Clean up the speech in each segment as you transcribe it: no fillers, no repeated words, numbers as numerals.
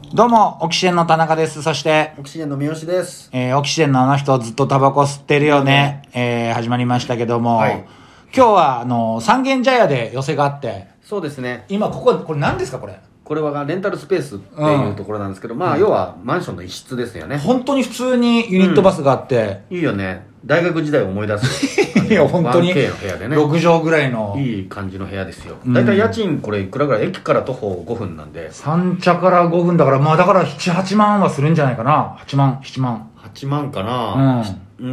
どうも、オキシエンの田中です。そして、 オキシエンの三好です。 オキシエンのあの人ずっとタバコ吸ってるよね。始まりましたけども、 はい、 今日は三軒茶屋で寄せがあって、 そうですね。 今これ何ですかこれ？ これはレンタルスペースっていうところなんですけど、まあ要はマンションの一室ですよね。 本当に普通にユニットバスがあって、 いいよね。大学時代を思い出す。 いや本当に 1K の部屋でね、 6畳ぐらいのいい感じの部屋ですよ。だいたい家賃これいくらぐらい？駅から徒歩5分なんで、 三茶から5分だから、まあだから7、8万はするんじゃないかな。8万、7万。 8万かな。 うん。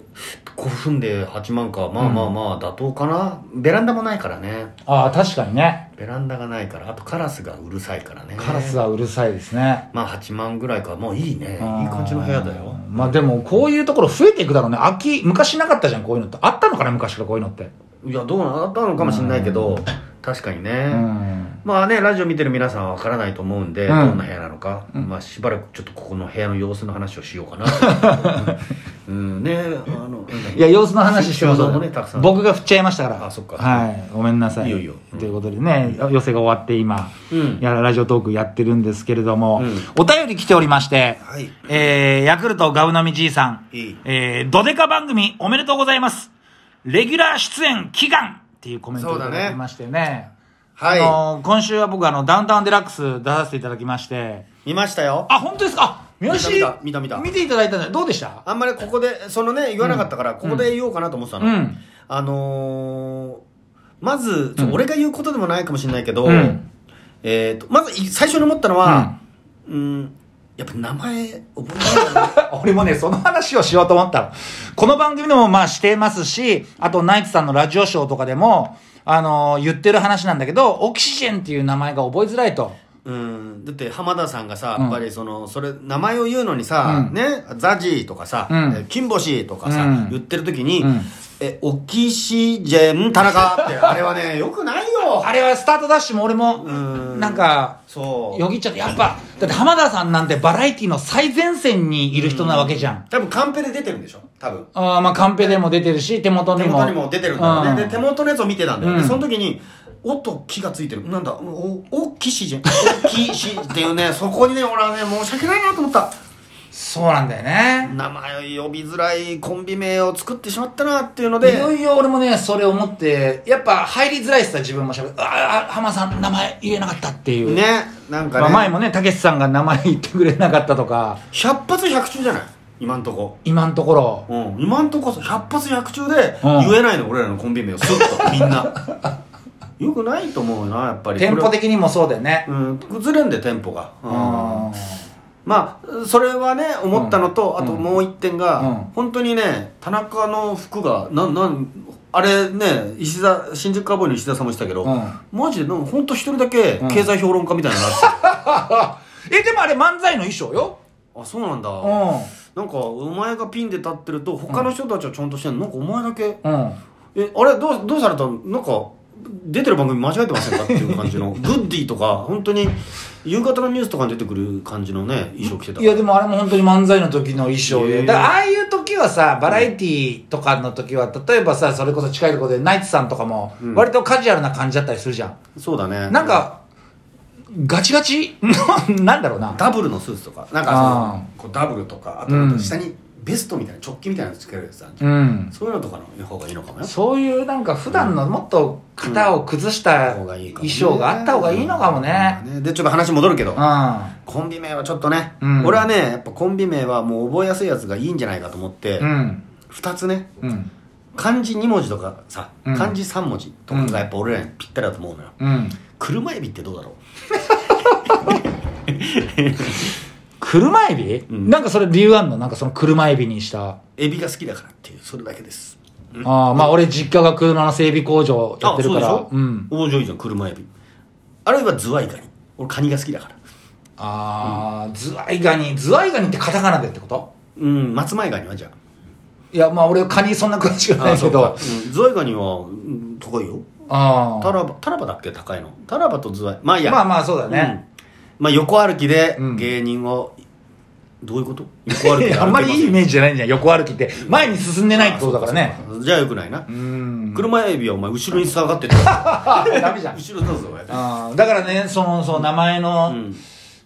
5分で8万か。まあまあまあ妥当かな。ベランダもないからね。 ああ、確かにね。 ベランダがないから、あとカラスがうるさいからね。 カラスはうるさいですね。 まあ8万ぐらいか。もういいね。いい感じの部屋だよ。 まあでもこういうところ増えていくだろうね。昔なかったじゃん、こういうのって。あったのかな、昔からこういうのって。 いや、どうなったのかもしれないけど、確かにね。まあね、ラジオ見てる皆さんはわからないと思うんで、どんな部屋なのか。まあしばらくちょっとここの部屋の様子の話をしようかな。ね、 いや、様子の話してますね、たくさん。 僕が振っちゃいましたから。 あ、そっか。 はい。ごめんなさい。 いいよいいよ。 ということでね、寄せが終わって今、ラジオトークやってるんですけれども、お便り来ておりまして、ヤクルトガウナミじいさん、ドデカ番組おめでとうございます。レギュラー出演祈願っていうコメントをいただきましてね。はい。今週は僕ダウンタウンデラックス出させていただきまして。 見ましたよ。 あ、本当ですか？三好見た。 見ていただいたんで、どうでした？ あんまりここで、言わなかったから、ここで言おうかなと思ってたの。まず、俺が言うことでもないかもしれないけど、まず最初に思ったのは、やっぱ名前覚えないな。 俺もね、その話をしようと思ったの。この番組でもまあしてますし、あとナイツさんのラジオショーとかでも、言ってる話なんだけど、オキシジェンっていう名前が覚えづらいと。 だって浜田さんがさ、やっぱり名前を言うのにさ、ね、ザジーとかさ、金星とかさ、言ってる時に、オキシジェン田中って、あれはね、よくないよ。 あれはスタートダッシュも俺も、なんか、よぎっちゃって、やっぱ、だって浜田さんなんてバラエティの最前線にいる人なわけじゃん。 多分カンペで出てるんでしょ多分。 まあカンペでも出てるし、手元にも出てるんだろうね。で、手元のやつを見てたんだよ。で、その時に、おと気がついてる。なんだ、オキシジェン。オキシっていうね、そこにね、俺はね、申し訳ないなと思った。 そうなんだよね。 名前を呼びづらいコンビ名を作ってしまったなっていうので。 いよいよ俺もね、それを思って、やっぱ入りづらいっすよ、自分も浜さん名前言えなかったっていう。 ね、なんかね。 まあ前もね、たけしさんが名前言ってくれなかったとか。 100発100中じゃない今んとこ。 今んところ。 今んとこ100発100中で言えないの、俺らのコンビ名をスッとみんな。よくないと思うな、やっぱり。 テンポ的にもそうだよね。 崩れんで、テンポが。まあ、それはね、思ったのと、あともう一点が、本当にね、田中の服が、あれね、新宿カーボーイの石田さんも言ってたけど、マジで、本当一人だけ経済評論家みたいになってでもあれ漫才の衣装よ。 あ、そうなんだ。なんか、お前がピンで立ってると、他の人たちはちゃんとしてんの、なんかお前だけ、あれ、どうされたの？なんか、出てる番組間違えてませんかっていう感じのグッディとか本当に夕方のニュースとかに出てくる感じのね衣装着てた。 いやでもあれも本当に漫才の時の衣装で、だからああいう時はさ、バラエティとかの時は例えばさ、それこそ近いところでナイツさんとかも割とカジュアルな感じだったりするじゃん。 そうだね。 なんかガチガチなんだろうな、 ダブルのスーツとかなんかこうダブルとか、あと下にベストみたいな直帰みたいなのつけるやつあるじゃん。そういうのとかの方がいいのかもよ。 そういうなんか普段のもっと型を崩した衣装があった方がいいのかもね。 でちょっと話戻るけど、コンビ名はちょっとね、俺はねやっぱコンビ名はもう覚えやすいやつがいいんじゃないかと思って、2つね、漢字2文字とかさ、漢字3文字とかがやっぱ俺らにぴったりだと思うのよ。車エビってどうだろう？ 車エビ？なんかそれ理由あんの？なんかその車エビにしたエビが好きだからっていう、それだけです。 まあ俺実家が車の整備工場やってるから。 そうでしょ？面白いじゃん、車エビ。あるいはズワイガニ。俺カニが好きだから。 ズワイガニってカタカナでってこと？ 松前ガニはじゃあ。 いやまあ俺カニそんな詳しくないけど、 ズワイガニは高いよ。タラバだっけ、高いの。タラバとズワイ、まあいいや。 まあそうだね。 まあ横歩きで芸人を、どういうこと？横歩きであんまりいいイメージじゃないんじゃん。横歩きって前に進んでないってことだからね。 じゃあよくないな。車エビはお前後ろに下がってる。 ダメじゃん。 後ろだぞ。 だからね、その名前の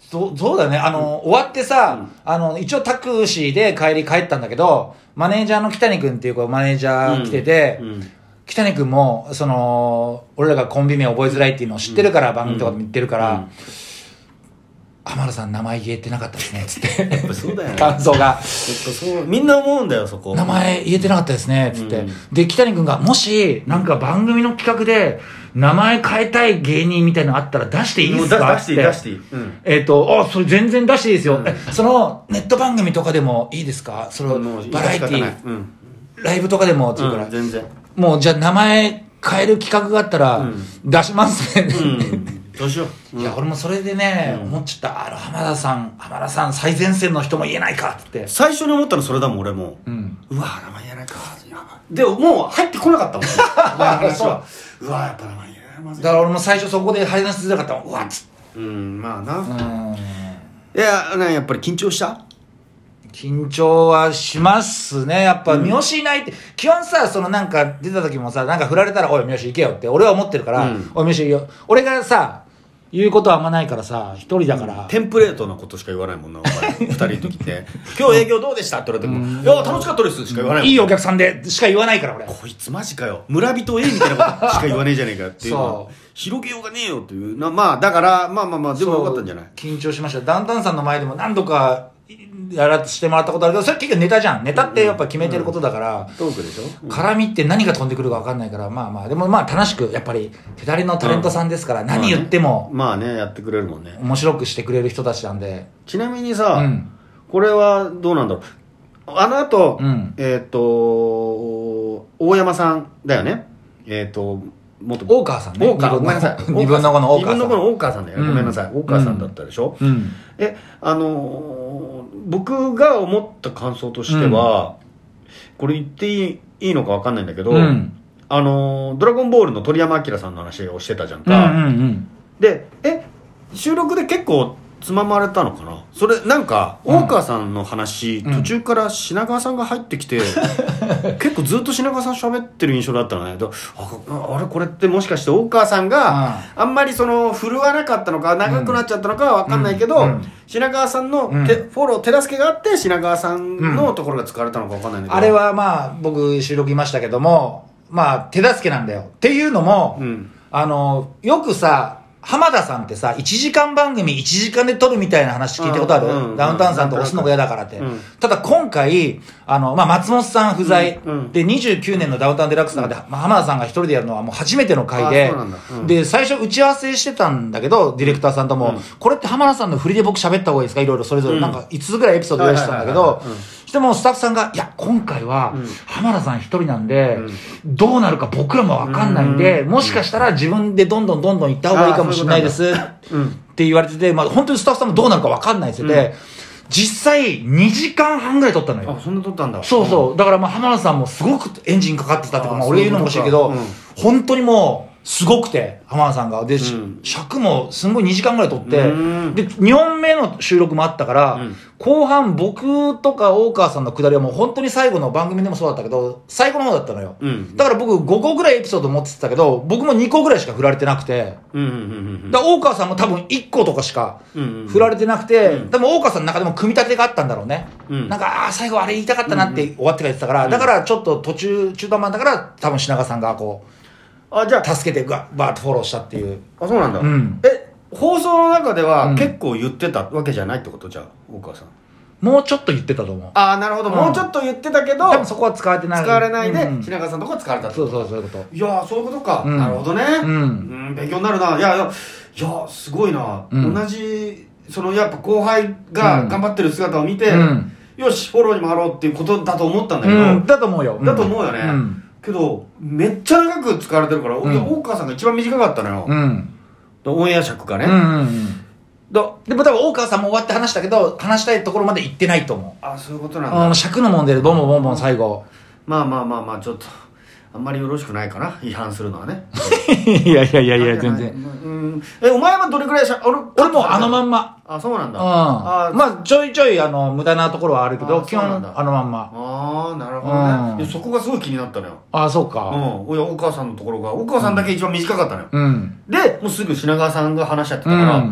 そうだね。終わってさ、一応タクシーで帰ったんだけど、マネージャーの北谷君っていうマネージャー来てて、北谷君も、俺らがコンビ名覚えづらいっていうのを知ってるから、番組とかでも言ってるから、浜田さん名前言えてなかったですね、つって。 やっぱそうだよね。 感想が。 みんな思うんだよ、そこ。 名前言えてなかったですね、つって。で、北谷君が、もし、なんか番組の企画で、名前変えたい芸人みたいなのあったら出していいですか？ 出していい。 それ全然出していいですよ。ネット番組とかでもいいですか？バラエティー、ライブとかでも、っていうから。 全然。 もう、じゃあ名前変える企画があったら、出しますね。 どうしよう。 いや、俺もそれでね、思っちゃった。浜田さん、最前線の人も言えないかって。 最初に思ったのそれだもん、俺も。うわ、名前言えないか。でも、もう入ってこなかったもん。話は。うわ、やっぱ名前言えない。まずい。 だから俺も最初そこで話しづらかったもん。うわっつって。 まあな。いや、やっぱり緊張した？ 緊張はしますね。やっぱ、三好いないって、基本さ、なんか出た時もさ、なんか振られたら、おい、三好行けよって俺は思ってるから、おい、三好行けよ。俺がさ、言うことはあんまないからさ、一人だから。 テンプレートなことしか言わないもんな、お前。二人の時って。今日営業どうでしたって言われても、いや、楽しかったですしか言わないもん。 いいお客さんでしか言わないから俺。 こいつマジかよ。村人 A みたいなことしか言わねえじゃねえかっていうのは。広げようがねえよっていう。まあ、だから、まあ、でもよかったんじゃない？ 緊張しました。ダウンタウンさんの前でも何度か、やらしてもらったことあるけど、それ結局ネタじゃん。ネタってやっぱ決めてることだから、 トークでしょ、 絡みって何が飛んでくるか分かんないから、でも楽しく、やっぱり、手だれのタレントさんですから、何言っても、 まあね、やってくれるもんね。 面白くしてくれる人たちなんで。 ちなみにさ、これはどうなんだろう。あの後、大山さんだよね。 元大川さんね。 ごめんなさい。 2分の5の大川さん。 2分の5の大川さんだよ。ごめんなさい。大川さんだったでしょ。僕が思った感想としては、これ言っていいのか分かんないんだけど、ドラゴンボールの鳥山明さんの話をしてたじゃんか。で、収録で結構つままれたのかな。それなんか大川さんの話、途中から品川さんが入ってきて、結構ずっと品川さん喋ってる印象だったのね。あれこれってもしかして大川さんがあんまり振るわなかったのか長くなっちゃったのかは分かんないけど、品川さんのフォロー手助けがあって品川さんのところが使われたのか分かんないんだけど、 あれは僕収録いましたけども、手助けなんだよっていうのも、よくさ浜田さんってさ、1時間番組1時間で撮るみたいな話聞いたことある？ダウンタウンさんと押すのが嫌だからって。ただ今回、松本さん不在、で、29年のダウンタウンデラックスの中で、浜田さんが一人でやるのはもう初めての回で、で、最初打ち合わせしてたんだけど、ディレクターさんとも、これって浜田さんの振りで僕喋った方がいいですか？いろいろそれぞれなんか5つぐらいエピソード用意してたんだけど、してもスタッフさんが、いや、今回は浜田さん一人なんで、どうなるか僕らもわかんないんで、もしかしたら自分でどんどん行った方がいいかもしれないですって言われてて、本当にスタッフさんもどうなるかわかんないって言ってて、実際2時間半ぐらい撮ったのよ。 あ、そんな撮ったんだ。 そうそう。だから浜田さんもすごくエンジンかかってたっていうか、俺言うのも欲しいけど、本当にもう、すごくて、浜田さんが。で、尺もすんごい2時間ぐらい撮って、で、2本目の収録もあったから、後半僕とか大川さんのくだりはもう本当に最後の番組でもそうだったけど、最後の方だったのよ。だから僕5個ぐらいエピソード持ってたけど、僕も2個ぐらいしか振られてなくて、大川さんも多分1個とかしか振られてなくて、でも大川さんの中でも組み立てがあったんだろうね。なんか、最後あれ言いたかったなって終わってから言ってたから、だからちょっと中途半端だから多分品川さんがじゃあ助けてバーッとフォローしたっていう。 あ、そうなんだ。放送の中では結構言ってたわけじゃないってこと？じゃあ大川さんもうちょっと言ってたと思う。 ああ、なるほど。もうちょっと言ってたけど、 多分そこは使われてない。 使われないで、品川さんのとこは使われたってこと。 そういうこと。 いやー、そういうことか。なるほどね。勉強になるな。いや、すごいな。同じ、やっぱ後輩が頑張ってる姿を見て、よし、フォローに回ろうっていうことだと思ったんだけど。 だと思うよ。 だと思うよね。けど、めっちゃ長く使われてるから、大川さんが一番短かったのよ。オンエア尺がね。でも多分大川さんも終わって話したけど、話したいところまで行ってないと思う。あ、そういうことなんだ。 尺の問題でボンボン最後。 まあ、ちょっと、あんまりよろしくないかな、違反するのはね。 いや、全然。 お前はどれくらい俺もあのまんま。 あ、そうなんだ。 ちょいちょい無駄なところはあるけど、基本あのまんま。 ああ、なるほどね。そこがすごい気になったのよ。 あ、そうか。 大川さんのところが、大川さんだけ一番短かったのよ。で、もうすぐ品川さんが話しちゃってたから、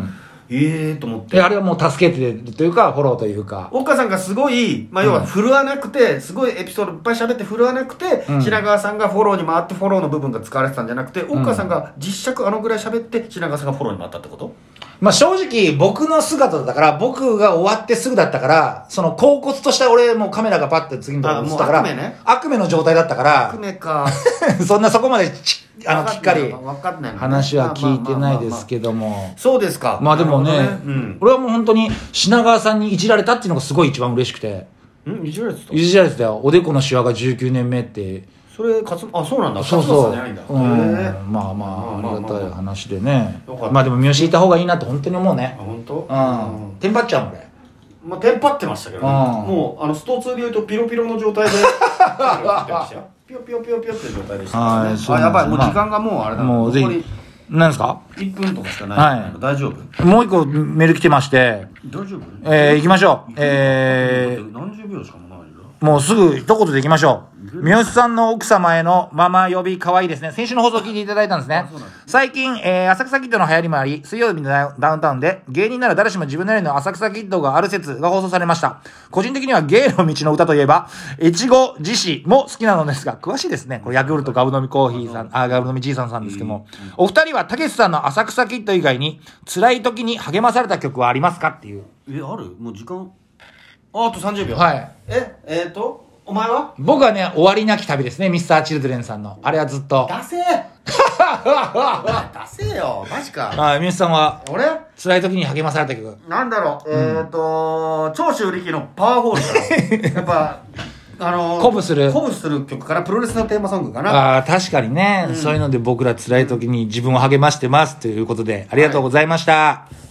と思って。 あれはもう助けてるというか、フォローというか。 岡さんがすごい、要は振るわなくて、すごいエピソードいっぱい喋って振るわなくて、品川さんがフォローに回ってフォローの部分が使われてたんじゃなくて、岡さんが実尺ぐらい喋って、品川さんがフォローに回ったってこと？ 正直、僕の姿だったから、僕が終わってすぐだったから、その、恍惚とした俺、もうカメラがパッて次のところに映ったから、悪夢の状態だったから、 悪夢か。 そんなそこまできっかり、話は聞いてないですけども。 そうですか。 でもね、俺はもう本当に、品川さんにいじられたっていうのがすごい一番嬉しくて。 いじられてた？ いじられてたよ。おでこのシワが19年目って。 それそうなんだ。 そうそう。ありがたい話でね。でも三好いた方がいいなって本当に思うね。 本当？ テンパっちゃう俺。 テンパってましたけどね。もうスト2で言うとピロピロの状態でピヨピヨピヨピヨって状態でしたね。やばい、もう時間がもうあれだ。 もうぜひ。何ですか ？1分とかしかない。大丈夫？ もう一個メール来てまして。 大丈夫？ 行きましょう。 何十秒しかもないよ。 もうすぐ一言で行きましょう。三好さんの奥様へのママ呼び可愛いですね。先週の放送聞いていただいたんですね。最近、浅草キッドの流行りもあり、水曜日のダウンタウンで、芸人なら誰しも自分なりの浅草キッドがある説が放送されました。個人的には芸の道の歌といえば、越後自死も好きなのですが、詳しいですね。これヤクルトガブ飲みコーヒーさん、ガブ飲みじいさんですけども。お二人はたけしさんの浅草キッド以外に、辛い時に励まされた曲はありますかっていう。 ある？もう時間。あと30秒。 はい。 お前は？ 僕はね、終わりなき旅ですね、ミスターチルドレンさんの。あれはずっと。 出せよ、マジか。 はい、ミスさんは、 俺？ 辛い時に励まされた曲。 なんだろう、長州力のパワーホールから。やっぱ、鼓舞する曲から、プロレスのテーマソングかな。 確かにね、そういうので僕ら辛い時に自分を励ましてますということで、ありがとうございました。